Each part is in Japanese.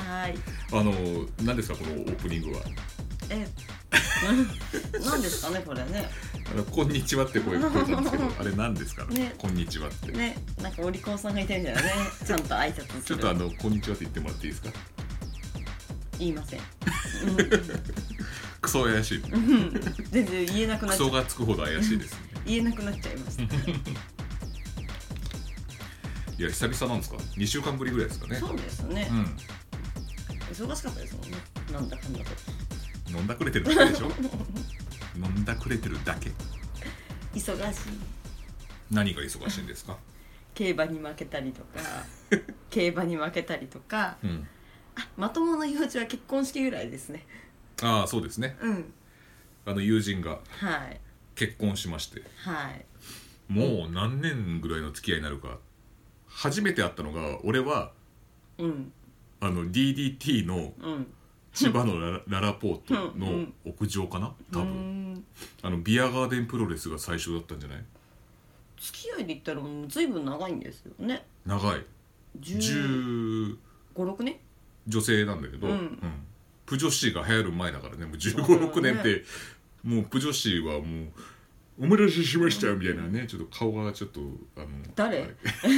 はい。 何ですかこのオープニングは。 何ですかねこれね。 こんにちはって声が聞こえたんですけどあれ何ですか ねこんにちはってね。なんかお利口さんがいてるんだよね。ちゃんと挨拶する。 ちょっとこんにちはって言ってもらっていいですか。 言いません。 クソ怪しい。 全然言えなくなっちゃう。 クソがつくほど怪しいですね。 言えなくなっちゃいました。 いや久々なんですか。2週間ぶりぐらいですかね。 そうですね、忙しかったですもんね。なんだかんだと飲んだくれてるだけでしょ。飲んだくれてるだけ。 忙しい。 何が忙しいんですか。 競馬に負けたりとか競馬に負けたりとか、まともな用事は結婚式ぐらいですね。 ああそうですね。友人が結婚しまして、もう何年ぐらいの付き合いになるか。初めて会ったのが俺は、DDT の千葉のララポートの屋上かな、多分ビアガーデンプロレスが最初だったんじゃない。 付き合いで言ったらもう随分長いんですよね。 長い。 15、6年女性なんだけど、プ女子が流行る前だからね。もう15、6年ってもうプ女子はもうお待たせしましたみたいなね。ちょっと顔がちょっと誰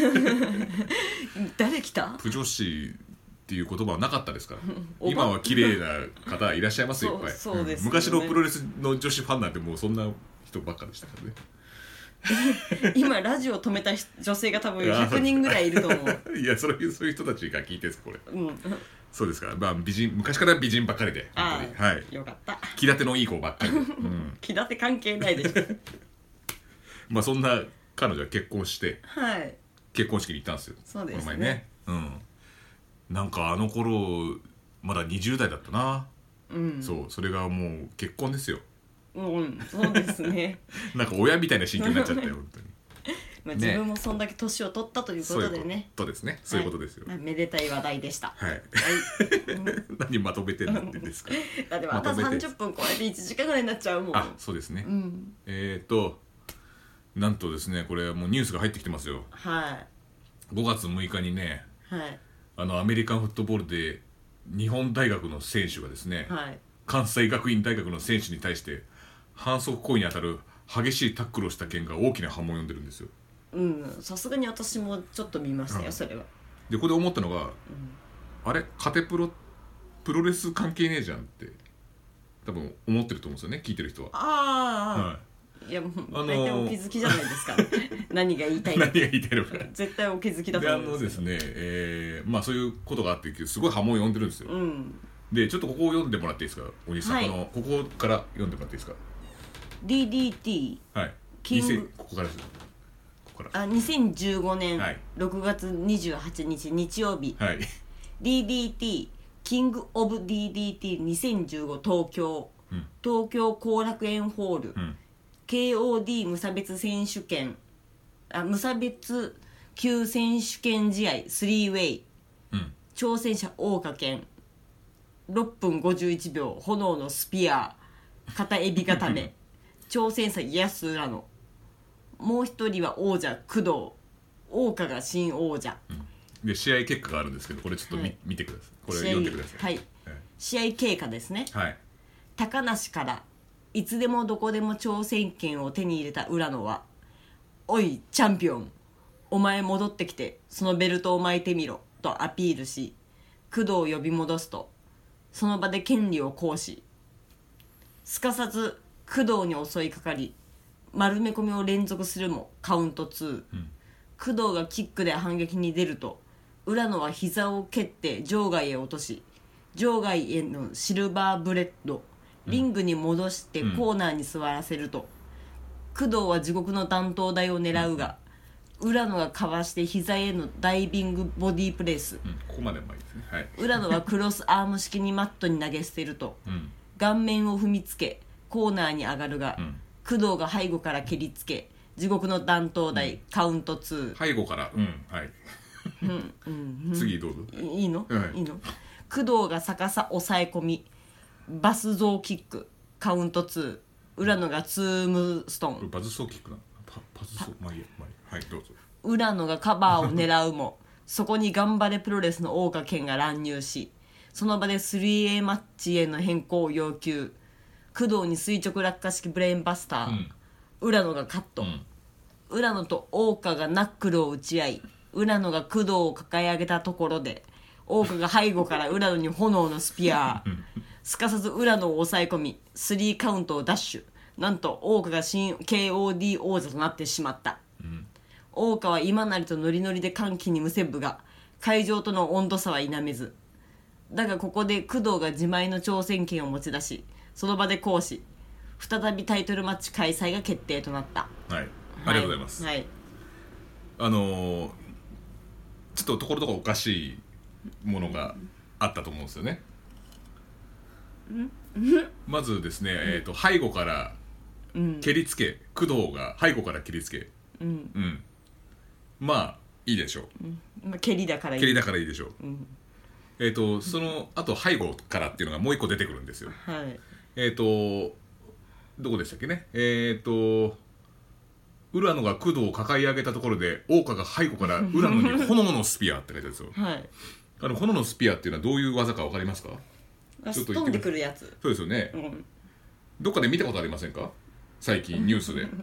誰来た。 プ女子っていう言葉はなかったですから今は綺麗な方いらっしゃいますよいっぱい。 そうですね。 昔のプロレスの女子ファンなんてもうそんな人ばっかでしたからね。 今ラジオ止めた女性が多分100人ぐらいいると思う。 いやそういう人たちが聞いてるんですこれ。そうですか。美人、昔から美人ばっかりで本当に。はい。 よかった。 気立てのいい子ばっかりで。 気立て関係ないでしょ。 そんな彼女は結婚して、結婚式に行ったんですよ。 そうですね。 この前ね。なんかあの頃まだ20代だったな。そうそれがもう結婚ですよ。 そうですね。 なんか親みたいな心境になっちゃったよ本当に。 自分もそんだけ年を取ったということでね。 そうですね。そういうことですよ。 めでたい話題でした。 はい。何まとめてんのってですか。 だってまた30分超えて1時間ぐらいになっちゃうもん。 そうですね。なんとですねこれもうニュースが入ってきてますよ。5月6日にね、アメリカンフットボールで日本大学の選手がですね、関西学院大学の選手に対して反則行為にあたる激しいタックルをした件が大きな波紋を呼んでるんですよ。 さすがに私もちょっと見ましたよ、それは。 でここで思ったのが、あれカテプロレス関係ねえじゃんって多分思ってると思うんですよね、聞いてる人は。 いやもう大体お気づきじゃないですか。何が言いたいのか。何が言いたいのか絶対お気づきだと思うんですけど。 でですね、そういうことがあってすごい波紋を呼んでるんですよ。でちょっとここを読んでもらっていいですかお兄さん。ここから読んでもらっていいですか。 DDT ここからです。 2015年6月28日日曜日、DDT キングオブ DDT2015 東京、東京後楽園ホール、KOD 無差別選手権無差別級選手権試合 3way、挑戦者大岡健6分51秒炎のスピア片エビ固め挑戦者安浦野、もう一人は王者工藤、大岡が新王者、 で試合結果があるんですけどこれちょっと見てください。これ読んでください。 試合経過ですね。高梨からいつでもどこでも挑戦権を手に入れた浦野は、おいチャンピオンお前戻ってきてそのベルトを巻いてみろとアピールし、工藤を呼び戻すとその場で権利を行使、すかさず工藤に襲いかかり丸め込みを連続するもカウント2、工藤がキックで反撃に出ると浦野は膝を蹴って場外へ落とし、場外へのシルバーブレッドリングに戻してコーナーに座らせると、工藤は地獄の断頭台を狙うが、浦野がかわして膝へのダイビングボディープレス、 ここまでもいいですね。 浦野はクロスアーム式にマットに投げ捨てると、顔面を踏みつけコーナーに上がるが、工藤が背後から蹴りつけ地獄の断頭台、カウント2。 背後から次どうぞ。 いいの、いいの。工藤が逆さ抑え込みバスゾーキック、カウント2。浦野がツームストーン。 バズソーキックなの。パズソー、まあいいや、どうぞ。 浦野がカバーを狙うもそこに頑張れプロレスの大岡健が乱入し、 その場で 3A マッチへの変更を要求。工藤に垂直落下式ブレーンバスター、浦野がカット、浦野と大岡がナックルを打ち合い、浦野が工藤を抱え上げたところで大岡が背後から浦野に炎のスピアーすかさず浦野を抑え込み3カウントをダッシュ。なんと大岡が新 KOD 王者となってしまった、大岡は今成とノリノリで歓喜にむせぶが会場との温度差は否めず、だがここで工藤が自前の挑戦権を持ち出し、その場で行使、再びタイトルマッチ開催が決定となった。 はい、ありがとうございます。はい、ちょっとところどころおかしいものがあったと思うんですよね。まずですね、背後から蹴りつけ、工藤が背後から蹴りつけ、まあいいでしょう、 蹴りだからいいでしょう、そのあと背後からっていうのがもう一個出てくるんですよ。はい、どこでしたっけね、浦野が工藤を抱え上げたところで大岡が背後から浦野に炎のスピアって書いてあるんですよ。はい、炎のスピアっていうのはどういう技か分かりますか？ ちょっと飛んでくるやつ。 そうですよね、どっかで見たことありませんか？最近ニュースで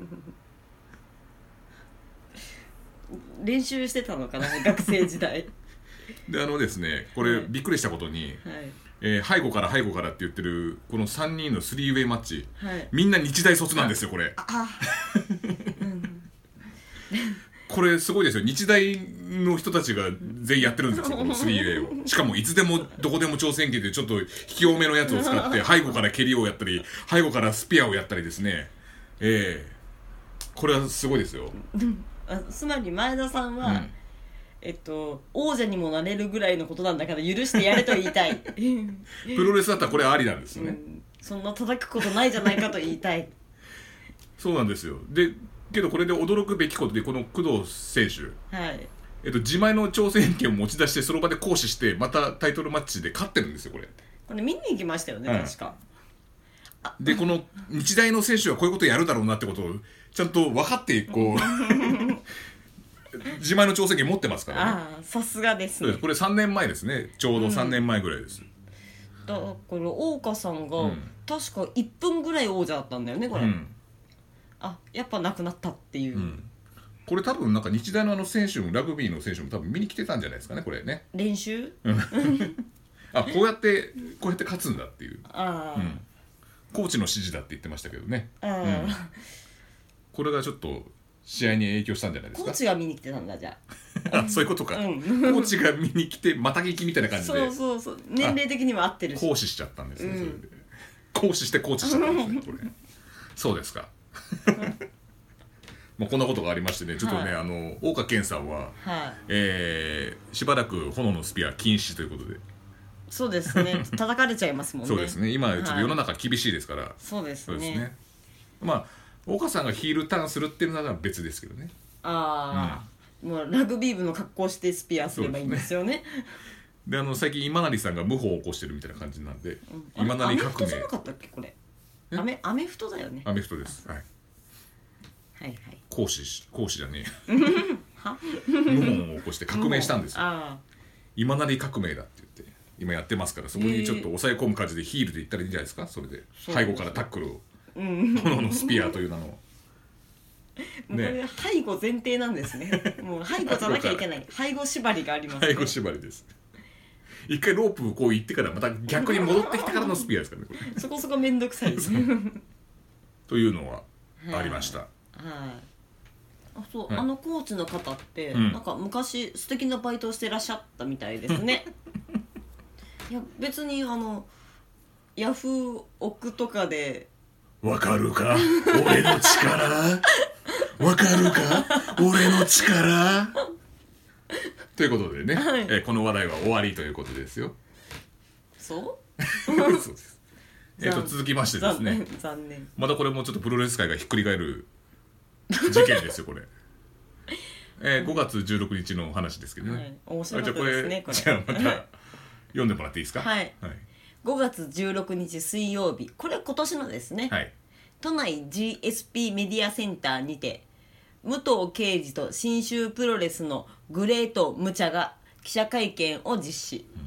練習してたのかな学生時代でですね、これ、びっくりしたことに、背後からって言ってるこの3人の3ウェイマッチ、みんな日大卒なんですよこれこれすごいですよ。日大の人たちが全員やってるんですよこの3ウェイを。しかもいつでもどこでも挑戦権でちょっと引き多めのやつを使って背後から蹴りをやったり背後からスピアをやったりですね、これはすごいですよつまり前田さんは、王者にもなれるぐらいのことなんだから許してやれと言いたいプロレスだったらこれありなんですよね、 そんな叩くことないじゃないかと言いたいそうなんですよ。でけどこれで驚くべきことでこの工藤選手、はい、自前の挑戦権を持ち出してその場で行使してまたタイトルマッチで勝ってるんですよこれ見に行きましたよね、確か。 でこの日大の選手はこういうことやるだろうなってことをちゃんと分かってこう自前の挑戦権持ってますからね。 さすがですね。 これ3年前ですね、ちょうど3年前ぐらいです、 だから大岡さんが、確か1分ぐらい王者だったんだよねこれ、やっぱなくなったっていう、 これ多分なんか日大の選手もラグビーの選手も多分見に来てたんじゃないですかねこれね。 練習こうやって勝つんだっていう、コーチの指示だって言ってましたけどね、これがちょっと試合に影響したんじゃないですか。 コーチが見に来てたんだじゃあそういうことか、コーチが見に来てまた聞きみたいな感じでそう年齢的には合ってるし行使しちゃったんですね、それで行使してコーチしちゃったんですねこれそうですかこんなことがありましてね、ちょっとね、大岡健さんは、しばらく炎のスピア禁止ということで。 そうですね叩かれちゃいますもんね。 そうですね、今ちょっと世の中厳しいですから、 そうですね。 大岡さんがヒールターンするっていうのは別ですけどね。 もうラグビー部の格好してスピアすればいいんですよね。 で最近今成さんが謀反を起こしてるみたいな感じなんで、今成革命。アメフトじゃなかったっけこれ。アメフトだよね。 アメフトです。はい。 はいはい。 講師じゃねえ謀反を起こして革命したんですよ。今成革命だって言って今やってますから、そこにちょっと抑え込む感じでヒールで言ったらいいんじゃないですか。それで背後からタックルを、炎のスピアという名のもうこれ背後前提なんですね。もう背後じゃなきゃいけない。背後縛りがありますね。 背後縛りです。一回ロープをこう行ってからまた逆に戻ってきてからのスピアですからねこれ。 そこそこめんどくさいですね。 というのはありました。はい。 そう、コーチの方って、なんか昔素敵なバイトをしてらっしゃったみたいですね。いや別にヤフオクとかでわかるか俺の力わかるか俺の力ということでね、この話題は終わりということですよ。 そうそうです。続きましてですね、 残念。 またこれもちょっとプロレス界がひっくり返る事件ですよこれ。5月16日の話ですけどね、 面白かったですね。 じゃあまた読んでもらっていいですか。 はい、5月16日水曜日、これは今年のですね、都内 GSP メディアセンターにて武藤敬司と信州プロレスのグレートムチャが記者会見を実施、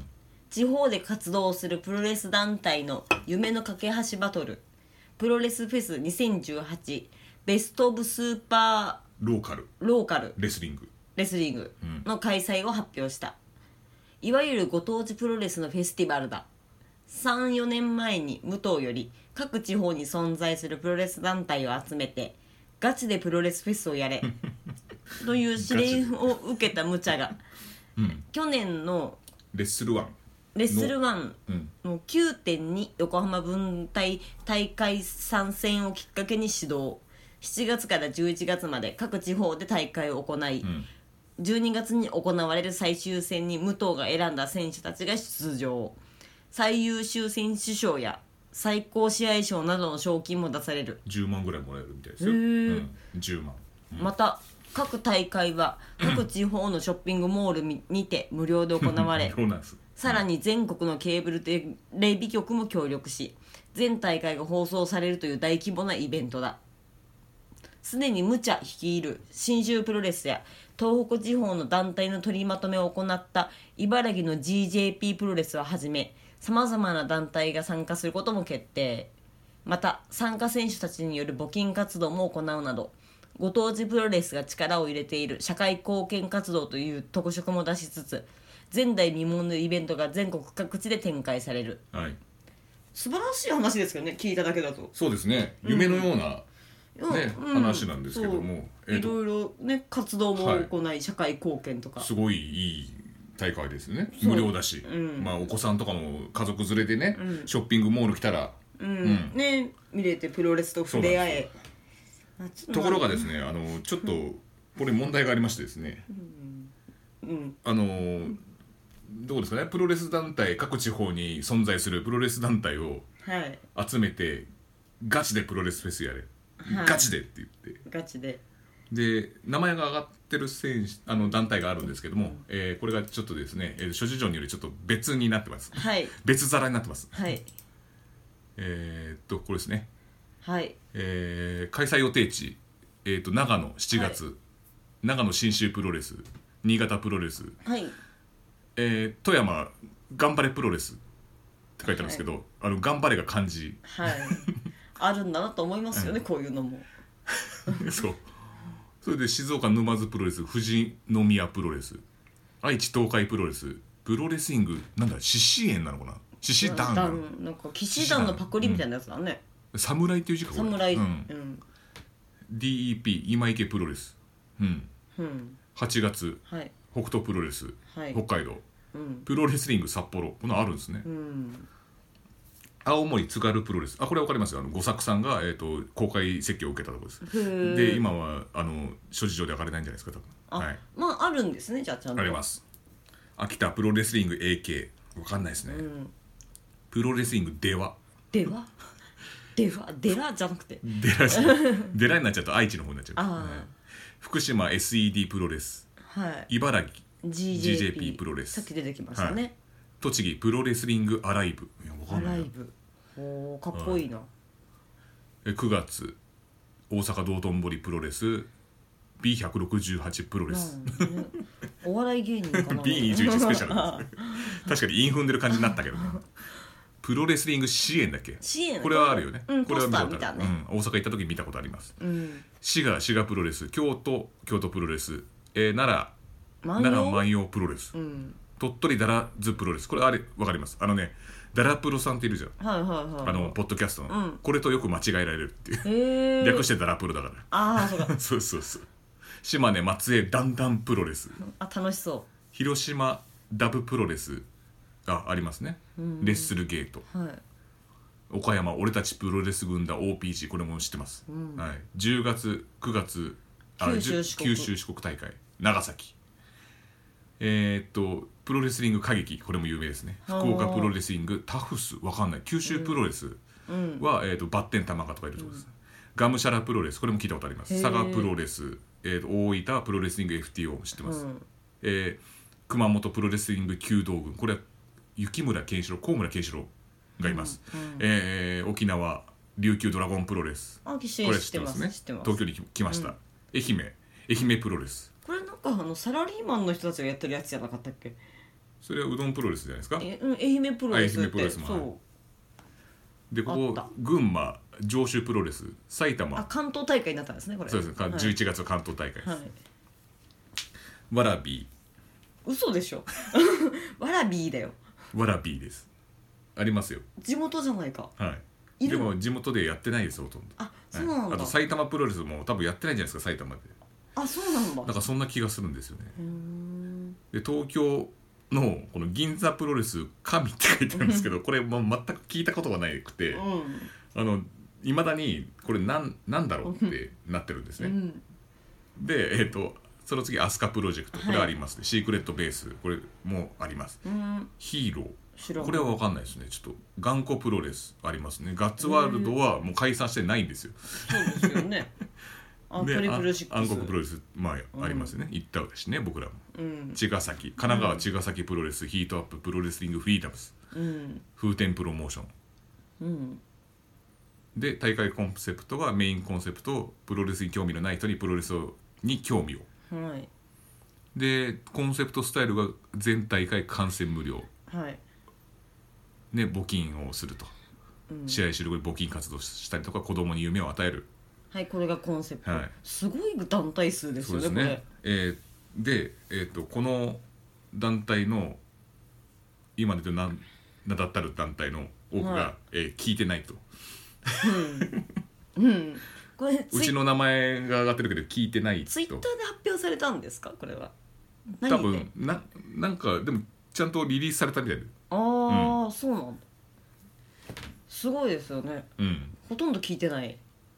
地方で活動するプロレス団体の夢の架け橋バトルプロレスフェス2018ベストオブスーパーローカルレスリングの開催を発表した、いわゆるご当地プロレスのフェスティバルだ。 3,4 年前に武藤より各地方に存在するプロレス団体を集めてガチでプロレスフェスをやれという指令を受けた無茶が、去年のレッスルワンの 9.2 横浜分隊大会参戦をきっかけに始動。7月から11月まで各地方で大会を行い、12月に行われる最終戦に武藤が選んだ選手たちが出場。最優秀選手賞や最高試合賞などの賞金も出される。 10万ぐらいもらえるみたいですよ、10万、 また各大会は各地方のショッピングモールにて無料で行われさらに全国のケーブルテレビ局も協力し全大会が放送されるという大規模なイベントだ。すでに無茶率いる信州プロレスや東北地方の団体の取りまとめを行った茨城の GJP プロレスをはじめさまざまな団体が参加することも決定。また参加選手たちによる募金活動も行うなどご当地プロレスが力を入れている社会貢献活動という特色も出しつつ前代未聞のイベントが全国各地で展開される、素晴らしい話ですよね、聞いただけだと。 そうですね、夢のような、話なんですけども、 いろいろね活動も行い、社会貢献とかすごいいい大会ですね。無料だし、お子さんとかも家族連れでね、ショッピングモール来たら、 ね見れてプロレスと触れ合え。 ところがですね、ちょっとこれ問題がありましてですね、どうですかね、プロレス団体各地方に存在するプロレス団体を集めて、ガチでプロレスフェスやれ、ガチでって言ってガチで名前が挙がってる団体があるんですけども、これがちょっとですね、諸事情によりちょっと別になってます、別皿になってます、これですね、開催予定地、長野7月、長野信州プロレス、新潟プロレス、富山頑張れプロレスって書いてあるんですけど、頑張れが漢字、 あるんだなと思いますよね、こういうのもそれで静岡沼津プロレス、富士宮プロレス、愛知東海プロレス、プロレスリングなんだ、獅子園なのかな、獅子団なんか騎士団のパクリみたいなやつだね、 侍っていう字か、 侍、 DEP 今池プロレス、8月、北斗プロレス、北海道、プロレスリング札幌、このあるんですね、青森津軽プロレス、これは分かりますよ、五作さんが、公開説教を受けたところです。で今は諸事情で上がれないんじゃないですか、多分。 あるんですね、じゃあちゃんとあります。秋田プロレスリング AK、 分かんないですね、プロレスリングデラじゃなくてデラになっちゃうと愛知の方になっちゃう、福島 SED プロレス、茨城 GJP プロレス、 さっき出てきましたね、 栃木プロレスリングアライブ、 アライブ、かっこいいな。 9月大阪道頓堀プロレス B168 プロレス、 お笑い芸人かな B21 スペシャルです確かに韻踏んでる感じになったけどプロレスリング支援だっけ、これはあるよね、これは見た、大阪行った時に見たことあります、滋賀プロレス、京都プロレス、奈良万葉プロレス、鳥取ダラズプロレス、これ分かります、ダラプロさんっているじゃん、ポッドキャストの、これとよく間違えられるっていう略してダラプロだからそうかそう島根松江ダンダンプロレス、 楽しそう、 広島ダブプロレス、ありますね、レッスルゲート、岡山俺たちプロレス軍団 OPG、 これも知ってます、10月9月九州四国大会長崎、プロレスリング歌劇、これも有名ですね、福岡プロレスリングタフス、わかんない、九州プロレスは、バッテン玉川とかいるところです、ガムシャラプロレス、これも聞いたことあります、佐賀プロレス、大分プロレスリング FTO 知ってます、熊本プロレスリング弓道軍、これは幸村健志郎、高村健志郎がいます、沖縄琉球ドラゴンプロレス、これ知ってますね、東京に来ました、愛媛プロレス、 これなんかサラリーマンの人たちがやってるやつじゃなかったっけ、 それはうどんプロレスじゃないですか。 愛媛プロレスって。愛媛プロレスも。 そうで、ここ群馬上州プロレス、埼玉、 関東大会になったんですねこれ。 そうです、はい、11月の関東大会です、はい、わらび嘘でしょわらびだよ。 わらびです。ありますよ。 地元じゃないか。 はい。でも地元でやってないです、ほとんど。 そうなんだ。 あと埼玉プロレスも多分やってないじゃないですか、埼玉で。 そうなんだ。 なんかそんな気がするんですよね。で、東京のこの銀座プロレス神って書いてあるんですけどこれもう全く聞いたことがなくて、いまだにこれなんだろうってなってるんですね、で、その次アスカプロジェクト、これありますね、シークレットベース、これもあります、ヒーロー、これは分かんないですね。ちょっと頑固プロレスありますね。ガッツワールドはもう解散してないんですよ。 そうですよね。トリプルシックス、 暗黒プロレス、ありますね。行ったしね、僕らも。茅ヶ崎、神奈川茅ヶ崎プロレス、ヒートアッププロレスリングフリーダムス、風天プロモーション、で大会コンセプトがメインコンセプト、プロレスに興味のない人にプロレスに興味を、でコンセプトスタイルが全大会観戦無料、ね、募金をすると、試合終了後に募金活動したりとか、子供に夢を与える、これがコンセプト、すごい団体数ですよね。そうですね。 これで、この団体の今で名だたる団体の多くが、聞いてないと、これうちの名前が上がってるけど聞いてないと。 ツイッターで発表されたんですか、これは。 多分なんかでもちゃんとリリースされたみたいで。 そうなんだ。すごいですよね。ほとんど聞いてない。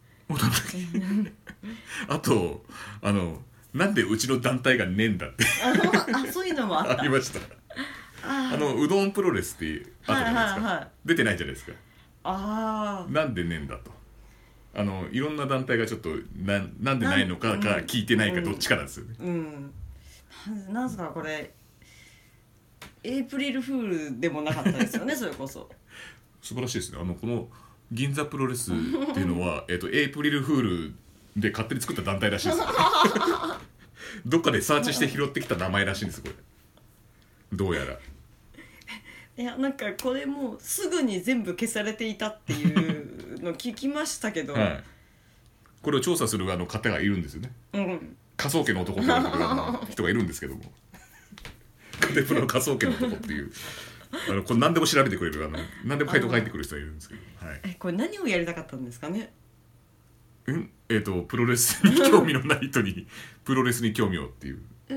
あとなんでうちの団体がねえんだってそういうのもあった。 ありました。うどんプロレスってあったじゃないですか、出てないじゃないですか。なんでねえんだと、いろんな団体がちょっとなんでないのかが聞いてないかどっちかなんですよね。 なんすかこれ、エイプリルフールでもなかったですよねそれこそ。 素晴らしいですね。この銀座プロレスっていうのはエイプリルフールで勝手に作った団体らしいですどっかでサーチして拾ってきた名前らしいんですこれ、どうやら。 いや、なんかこれもうすぐに全部消されていたっていうの聞きましたけど、 これを調査する方がいるんですよね、科捜研の男という人がいるんですけどもカテプロの科捜研の男っていうこれ何でも調べてくれる何でも回答返ってくる人がいるんですけど、 これ何をやりたかったんですかね。 プロレスに興味のない人にプロレスに興味をっていう。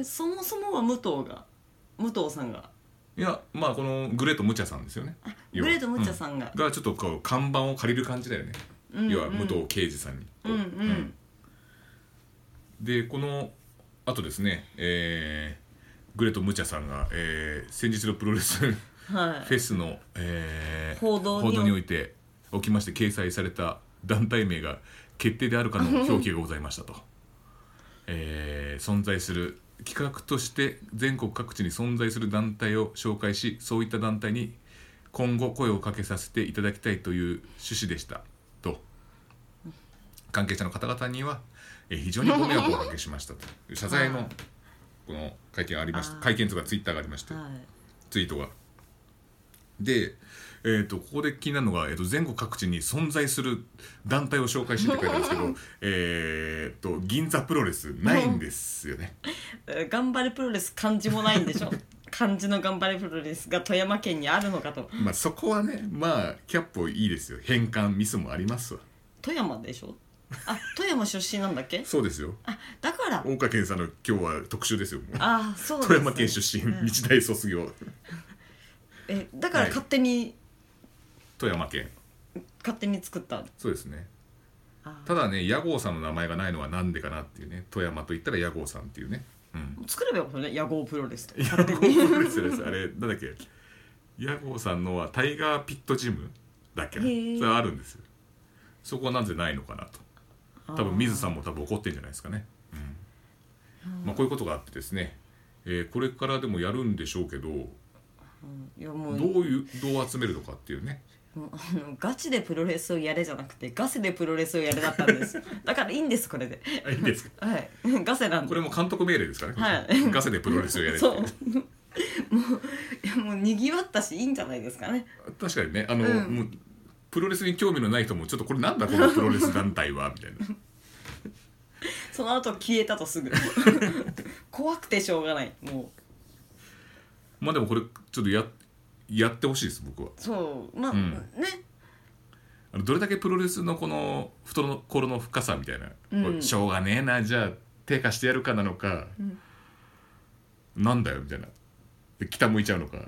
そもそもは武藤さんが、 いや、このグレートムチャさんですよね。 グレートムチャさんが、 ちょっとこう看板を借りる感じだよね、要は武藤敬司さんに。でこのあとですね、グレートムチャさんが、先日のプロレスフェスの、報道においておきまして掲載された団体名が決定であるかの表記がございましたと、存在する企画として全国各地に存在する団体を紹介し、そういった団体に今後声をかけさせていただきたいという趣旨でしたと、関係者の方々には非常にご迷惑をおかけしましたという謝罪のこの会見ありました。会見とかツイッターがありまして、ツイートがで、ここで気になるのが、全国各地に存在する団体を紹介してって書いてあるんですけど銀座プロレスないんですよね。 頑張れプロレス漢字もないんでしょ漢字の頑張れプロレスが富山県にあるのかと。 そこはね、キャップいいですよ。変換ミスもありますわ。 富山でしょ。富山出身なんだっけ。 そうですよ。 だから大岡健さんの今日は特集ですよ。 そうですね、 富山県出身、日大卒業だから勝手に、 富山県勝手に作った。 そうですね。ただね、屋号さんの名前がないのはなんでかなっていうね。富山といったら屋号さんっていうね、 作ればよかったね、屋号プロレスと。 屋号プロレスです。あれなんだっけ、屋号さんのはタイガーピットジムだっけな、それはあるんですよ。そこはなぜないのかなと。多分水さんも怒ってるんじゃないですかね。こういうことがあってですね、これからでもやるんでしょうけど、どう集めるのかっていうね。 ガチでプロレスをやれじゃなくてガセでプロレスをやれだったんですだからいいんです、これで。 いいんですか。 ガセなんで。 これも監督命令ですからね、ガセでプロレスをやれって。 そうもうもうにぎわったしいいんじゃないですかね。 確かにね、もうプロレスに興味のない人もちょっとこれなんだこのプロレス団体はみたいなその後消えたとすぐ怖くてしょうがない。もうまあでもこれちょっとやってほしいです僕は。 そうまあ、ねどれだけプロレスのこの懐の深さみたいな、しょうがねえなじゃあ手貸してやるかなのか、なんだよみたいな北向いちゃうのか、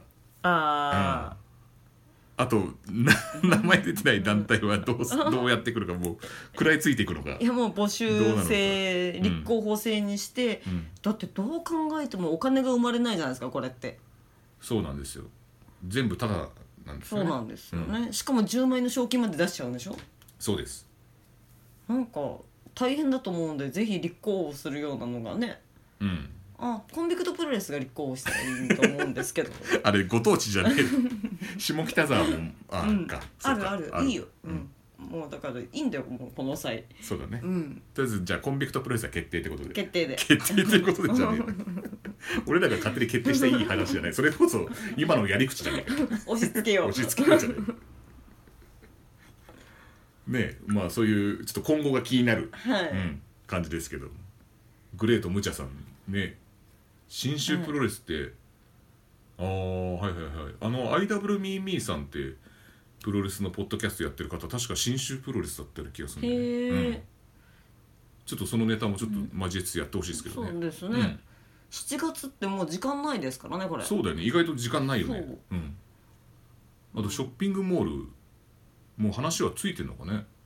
あと名前出てない団体はどうやってくるか、もう食らいついていくのか。 いやもう募集制立候補制にして、だってどう考えてもお金が生まれないじゃないですかこれって。 そうなんですよ、全部ただなんですよね。 そうなんですよね、しかも10万円の賞金まで出しちゃうんでしょ。 そうです。 なんか大変だと思うんでぜひ立候補するようなのがね、コンビクトプロレスが立候補したらいいと思うんですけどあれご当地じゃねえ下北沢もあるいいよ、もうだからいいんだよもうこの際。 そうだね、とりあえずじゃあコンビクトプロレスは決定ってことで。 決定ということでじゃねえ俺らが勝手に決定したいい話じゃない、それこそ今のやり口じゃねえか押し付けよう押し付けようじゃないねえ、まあそういうちょっと今後が気になる、感じですけど、グレートムチャさんね、新州プロレスって、IW ミーミーさんってプロレスのポッドキャストやってる方、確か新州プロレスだったような気がするんで、ちょっとそのネタもちょっと交えつつやってほしいですけどね。 そうですね、7月ってもう時間ないですからねこれ。 そうだよね、意外と時間ないよね。あとショッピングモールもう話はついてんのかね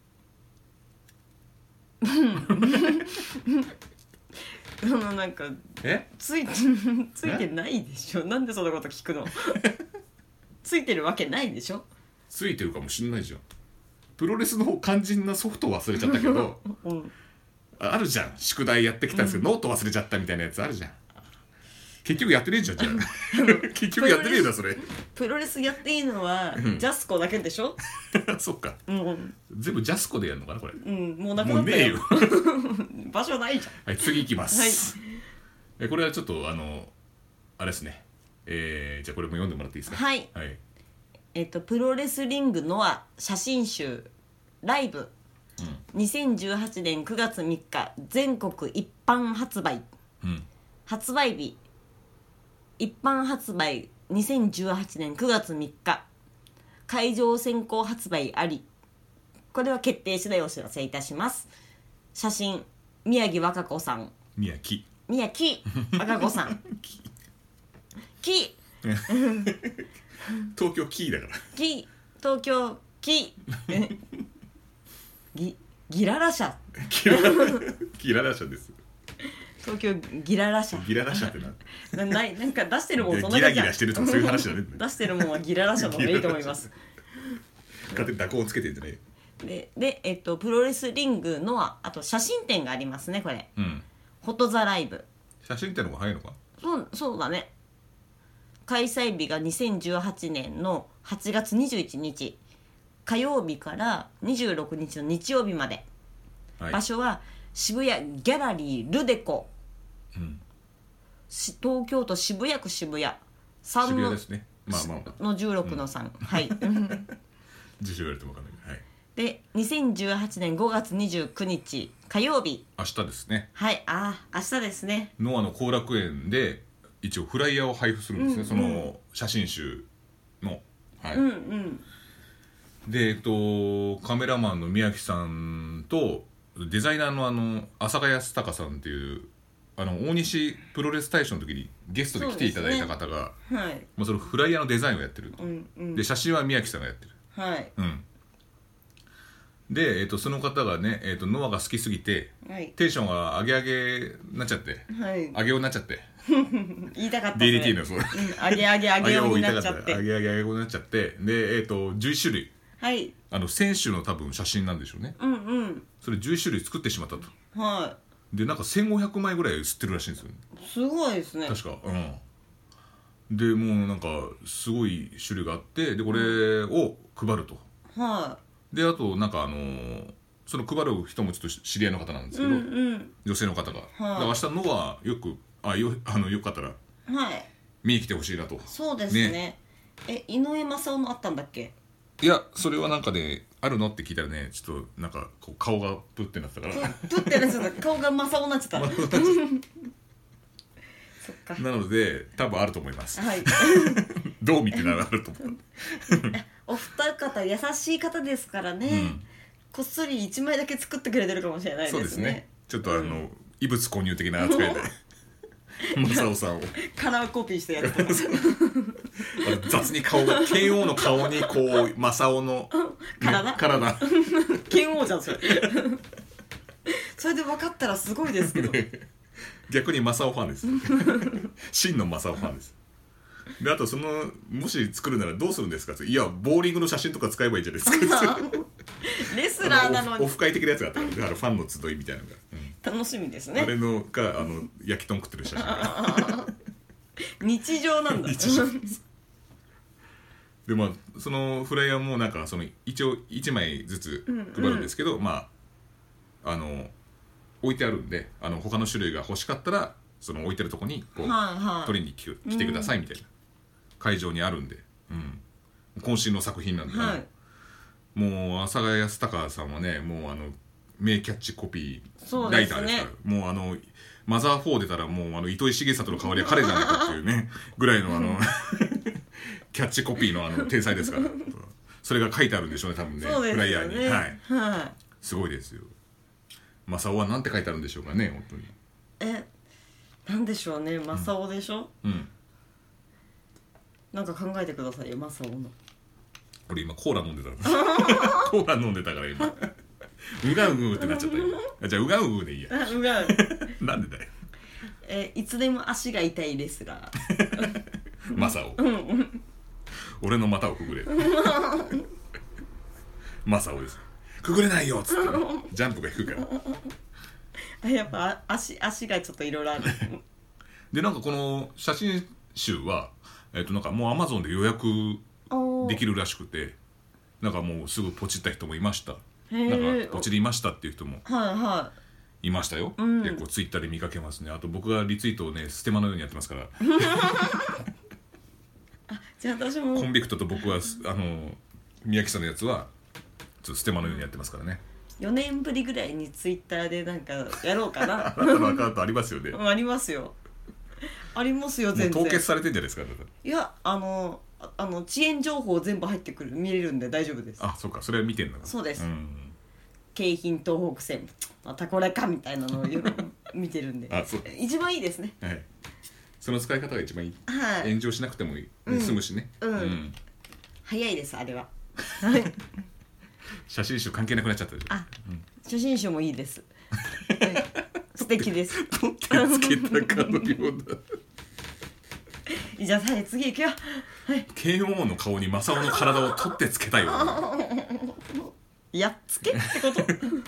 なんかついてないでしょ。なんでそんなこと聞くのついてるわけないでしょ。 ついてるかもしんないじゃん。プロレスの肝心なソフト忘れちゃったけど、あるじゃん、宿題やってきたんですけど、ノート忘れちゃったみたいなやつあるじゃん。結局やってねえじゃんじゃあ結局やってねえだそれ。 プロレスやっていいのはジャスコだけでしょそっか、全部ジャスコでやるのかなこれ。 もうなくなったよ。 もうねえよ場所ないじゃん。 はい、次いきます、これはちょっとあれですね、じゃあこれも読んでもらっていいですか。 はい、プロレスリングノア写真集ライブ、2018年9月3日全国一般発売、発売日一般発売2018年9月3日会場先行発売あり。これは決定次第お知らせいたします。写真宮城和歌子さん。 宮城和歌子さん木東京キーだから東京キギララ社ギララ社です。 東京ギララ社ってなんか出してるもんそんなギラギラしてるとかそういう話だね出してるもんはギララ社の方がいいと思います勝手に蛇行をつけてんじゃねえ。でプロレスリングのあと写真展がありますねこれ、フォトザライブ。 写真展の方が早いのか。 そうだね。開催日が2018年の8月21日火曜日から26日の日曜日まで、場所は渋谷ギャラリールデコ、東京都渋谷区渋谷3 渋谷ですね。 の16の3、はい自称言われても分かんない。 で2018年5月29日火曜日、 明日ですね。 明日ですね。 ノアの後楽園で一応フライヤーを配布するんですね、その写真集の。でカメラマンの宮城さんとデザイナーの浅賀康隆さんっていう大西プロレス大賞の時にゲストで来ていただいた方が、そのフライヤーのデザインをやってると、で写真は宮城さんがやってる。で、その方がね、ノアが好きすぎて、テンションが上げ上げになっちゃって、上げようになっちゃって言いたかったですね。 DDT のそう上げようになっちゃって上げようになっちゃって、で11種類、選手の多分写真なんでしょうね。それ11種類作ってしまったと。でなんか1500枚ぐらい吸ってるらしいんですよ。 すごいですね。 確か。でもうなんかすごい種類があって、でこれを配ると。であとなんかその配る人もちょっと知り合いの方なんですけど、女性の方が、明日ノアよかったら見に来てほしいなと。 そうですね。井上雅雄のあったんだっけ？ いや、それはなんかね、あるのって聞いたらね、ちょっとなんかこう顔がプッてなってたからプッてなっちゃった顔が雅雄になっちゃったそっか。 なので多分あると思います。 はい。 どう見てならあると思う。 お二方優しい方ですからね、こっそり1枚だけ作ってくれてるかもしれないですね。 そうですね。ちょっと異物混入的な扱いで正雄さんをカラーコピーしてやってます雑に顔が剣王の顔にこう正雄の、 体剣王じゃんそれそれで分かったらすごいですけど、 逆に正雄ファンです真の正雄ファンです。であともし作るならどうするんですかって、いやボーリングの写真とか使えばいいじゃないですかレスラーなのにオフ会的なやつがあったから、だからファンの集いみたいなのが、 楽しみですね。 あれのか焼き豚食ってる写真が日常なんだ。 日常でそのフライヤーもなんか一応1枚ずつ配るんですけど、置いてあるんで他の種類が欲しかったら置いてるとこにこう、取りに来てくださいみたいな、会場にあるんで、渾身の作品なんで、もう阿佐ヶ谷康隆さんはね、もう名キャッチコピーライターですから、もうマザー4出たらもう糸井重里の代わりは彼じゃないかっていうねぐらいのキャッチコピーの天才ですからそれが書いてあるんでしょうね多分ね、フライヤーに。はい、すごいですよ。正雄はなんて書いてあるんでしょうかね、本当に。 なんでしょうね、正雄でしょ。なんか考えてくださいよ、正雄の。 俺今コーラ飲んでたコーラ飲んでたから今うがうぐってなっちゃったよ。じゃあうがうぐでいいや。 うがうなんでだよ。 いつでも足が痛いレスラー正雄、俺の股をくぐれ正雄です。くぐれないよっつってジャンプが低いからやっぱ足がちょっといろいろあるでなんかこの写真集はなんかもう Amazon で予約できるらしくて、なんかもうすぐポチった人もいました。なんかポチりましたっていう人もいましたよ。結構ツイッターで見かけますね。あと僕がリツイートをねステマのようにやってますからじゃあ私もコンビクトと僕は宮城さんのやつはちょっとステマのようにやってますからね。 4年ぶりぐらいにツイッターでなんかやろうかなあなたのアカウントありますよねありますよありますよ、全然。 もう凍結されてんじゃないですか。 いや遅延情報全部入ってくる見れるんで大丈夫です。 あ、そうか、それは見てんだ。 そうです。京浜東北線またこれかみたいなのを見てるんであ、そう一番いいですね。 はい、その使い方が一番いい。 はい、 炎上しなくてもいい、済むしね。 早いですあれは写真集関係なくなっちゃったでしょ。 写真集もいいです、素敵です。 取ってつけたかのようなじゃあ次行くよ。 剣王の顔に正雄の体を取ってつけたいよやっつけってこと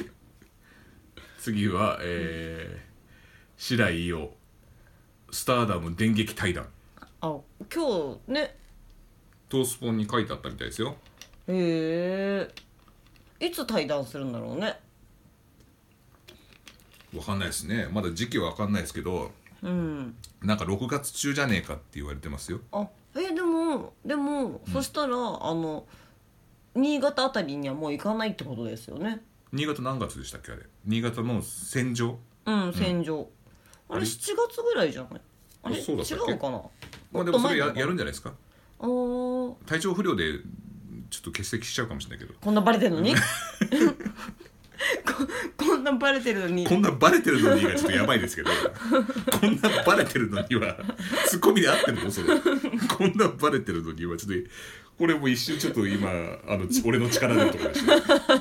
次は白井伊代スターダム電撃対談。 今日ねトースポンに書いてあったみたいですよ。 へえ、いつ対談するんだろうね。 わかんないですね、まだ時期はわかんないですけど、なんか6月中じゃねえかって言われてますよ。 でも、そしたら新潟あたりにはもう行かないってことですよね。 新潟何月でしたっけあれ。新潟の戦場。 戦場、あれ7月ぐらいじゃない。あれそうだったっけ。 違うかな。 でもそれ やるんじゃないですか。 体調不良でちょっと欠席しちゃうかもしれないけど。 こんなバレてるのにこんなバレてるのにがちょっとやばいですけどこんなバレてるのにはツッコミで合ってるのそれ。こんなバレてるのにはちょっとこれも一瞬ちょっと今俺の力でとかでしょ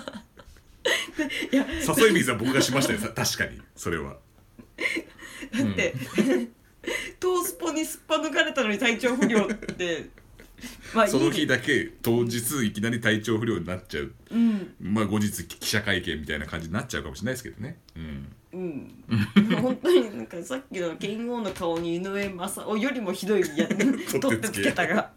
誘い水は僕がしましたよ確かにそれは。 だって、トースポにすっぱ抜かれたのに体調不良ってその日だけ当日いきなり体調不良になっちゃう、後日記者会見みたいな感じになっちゃうかもしれないですけどね。 本当になんかさっきの剣王の顔に井上正雄よりもひどい取ってつけたが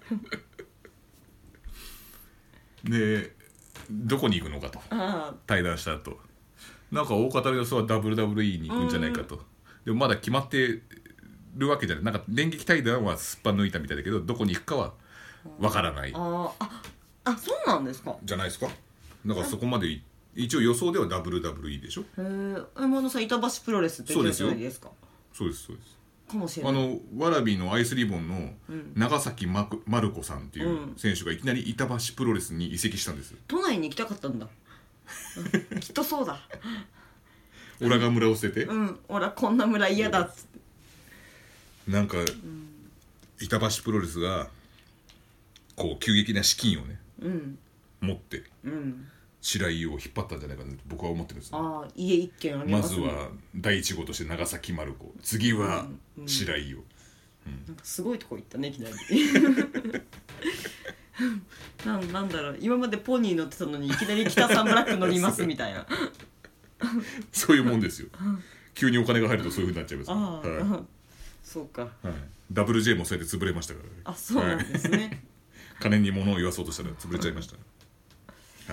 でどこに行くのかと対談した後なんか大方の予想は WWE に行くんじゃないかと。でもまだ決まってるわけじゃない。なんか電撃対談はすっぱ抜いたみたいだけど、どこに行くかはわからない。 そうなんですか。 じゃないですか。だからそこまで一応予想では WWE でしょ。 へえ。山田さん、板橋プロレスって言ってるじゃないですか。 そうですそうです。 かもしれない。 わらびのアイスリボンの長崎まる子さんっていう選手がいきなり板橋プロレスに移籍したんです。 都内に行きたかったんだ。きっとそうだ。 オラが村を捨てて、 オラこんな村嫌だっつって、 なんか、板橋プロレスがこう急激な資金をね、持って、白井を引っ張ったんじゃないかなと僕は思ってるんですよ。 家一軒あげます、 まずは第1号として長崎まる子、次は白井を、 なんかすごいとこ行ったねいきなり。なんだろう、今までポニー乗ってたのにいきなり北サンブラック乗りますみたいな。 そういうもんですよ。急にお金が入るとそういう風になっちゃいます、 そうか、 ダブル J もそうやって潰れましたから、 そうなんですね。 金に物を言わそうとしたら潰れちゃいました。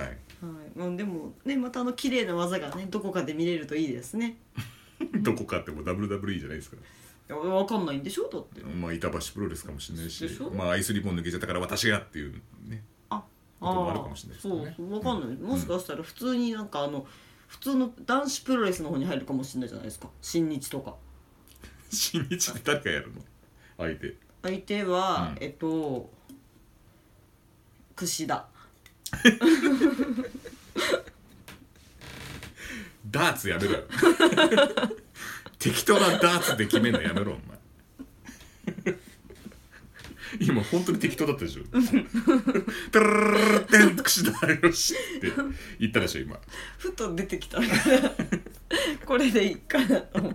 でもね、また綺麗な技がねどこかで見れるといいですね。 どこかっても WWE じゃないですか。 分かんないんでしょ、だって。 板橋プロレスかもしれないし、アイスリボン抜けちゃったから私がっていうね、こともあるかもしれないですね。 そう分かんない、もしかしたら普通になんか普通の男子プロレスの方に入るかもしれないじゃないですか。新日とか。 新日って誰がやるの？相手は、櫛田。 ダーツやめろよ。適当なダーツで決めるのやめろお前。今本当に適当だったでしょ。タラララテン櫛田よしって言ったでしょ今。 ふと出てきたからこれでいいかなと思って。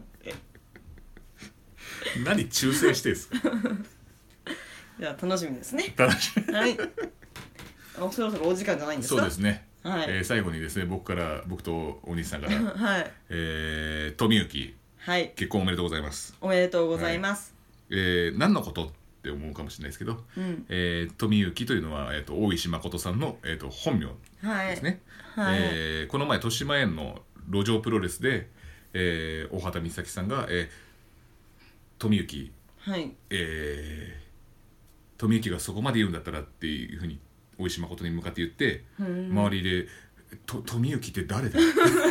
何忠誠してんすか。 じゃあ楽しみですね。 楽しみ。 はい。そろそろお時間じゃないんですか。 そうですね。最後にですね、僕と大西さんから、富幸、結婚おめでとうございます。 おめでとうございます。 何のことって思うかもしれないですけど、富幸というのは、大石誠さんの、本名ですね。この前豊島園の路上プロレスで、大畑美咲さんが、富幸、富幸がそこまで言うんだったらっていうふうに大石誠に向かって言って、周りで富幸って誰だ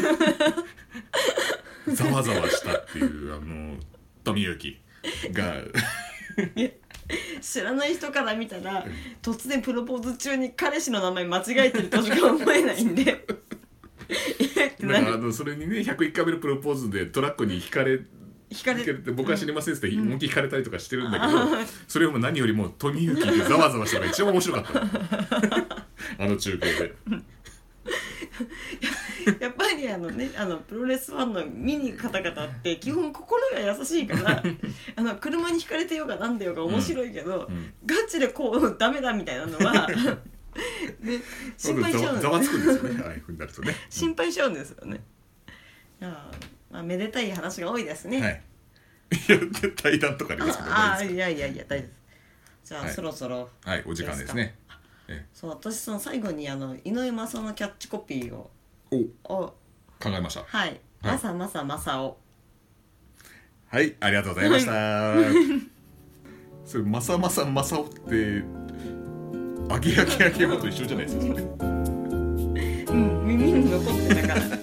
ざわざわしたっていう富幸が知らない人から見たら突然プロポーズ中に彼氏の名前間違えてるとしか思えないんで。だからそれにね、101回目のプロポーズでトラックに引かれて、僕は知りませんって思いっきり引かれたりとかしてるんだけど、それをも何よりも富幸でざわざわしたのが一番面白かった中継で。 やっぱりプロレスファンの見に方々って基本心が優しいから車にひかれてようがなんだようが面白いけど、ガチでこうダメだみたいなのは心配しちゃうんですよね。 ざわつくんですよね、ああいうふうになるとね。 心配しちゃうんですよね。めでたい話が多いですね。 いや対談とかありますけど。 いや大丈夫です。じゃあ、そろそろお時間ですね。 そう、私最後に井上正雄のキャッチコピーを考えました。 まさまさまさお。 ありがとうございました。それまさまさまさおってあげあげあげもと一緒じゃないですか。 耳に残ってたから